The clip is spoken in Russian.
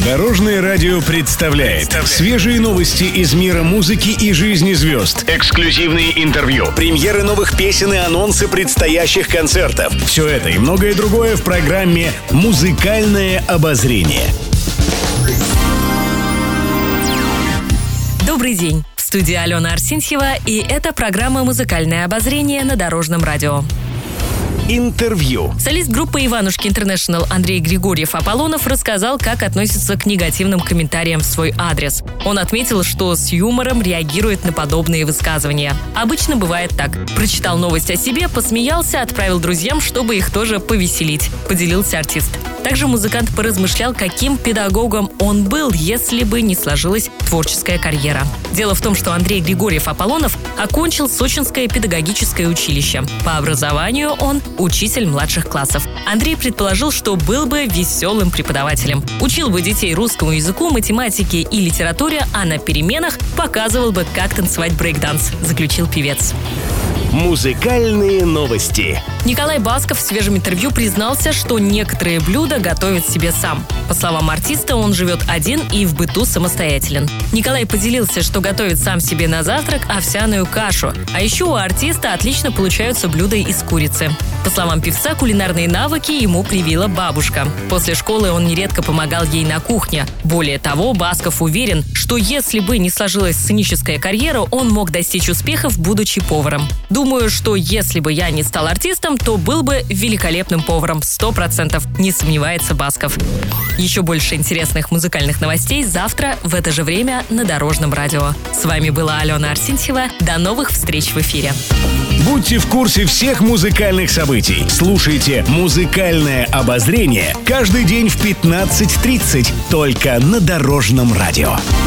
Дорожное радио представляет свежие новости из мира музыки и жизни звезд. Эксклюзивные интервью, премьеры новых песен и анонсы предстоящих концертов. Все это и многое другое в программе «Музыкальное обозрение». Добрый день! В студии Алена Арсентьева, и это программа «Музыкальное обозрение» на Дорожном радио. Интервью. Солист группы «Иванушки Интернешнл» Андрей Григорьев Аполлонов рассказал, как относится к негативным комментариям в свой адрес. Он отметил, что с юмором реагирует на подобные высказывания. Обычно бывает так. Прочитал новость о себе, посмеялся, отправил друзьям, чтобы их тоже повеселить, поделился артист. Также музыкант поразмышлял, каким педагогом он был, если бы не сложилась творческая карьера. Дело в том, что Андрей Григорьев Аполлонов окончил Сочинское педагогическое училище. По образованию он учитель младших классов. Андрей предположил, что был бы веселым преподавателем. Учил бы детей русскому языку, математике и литературе, а на переменах показывал бы, как танцевать брейк-данс, заключил певец. Музыкальные новости. Николай Басков в свежем интервью признался, что некоторые блюда готовит себе сам. По словам артиста, он живет один и в быту самостоятелен. Николай поделился, что готовит сам себе на завтрак овсяную кашу. А еще у артиста отлично получаются блюда из курицы. По словам певца, кулинарные навыки ему привила бабушка. После школы он нередко помогал ей на кухне. Более того, Басков уверен, что если бы не сложилась сценическая карьера, он мог достичь успехов, будучи поваром. Думаю, что если бы я не стал артистом, то был бы великолепным поваром, 100%, не сомневается Басков. Еще больше интересных музыкальных новостей завтра в это же время на Дорожном радио. С вами была Алена Арсентьева. До новых встреч в эфире. Будьте в курсе всех музыкальных событий. Слушайте «Музыкальное обозрение» каждый день в 15:30 только на Дорожном радио.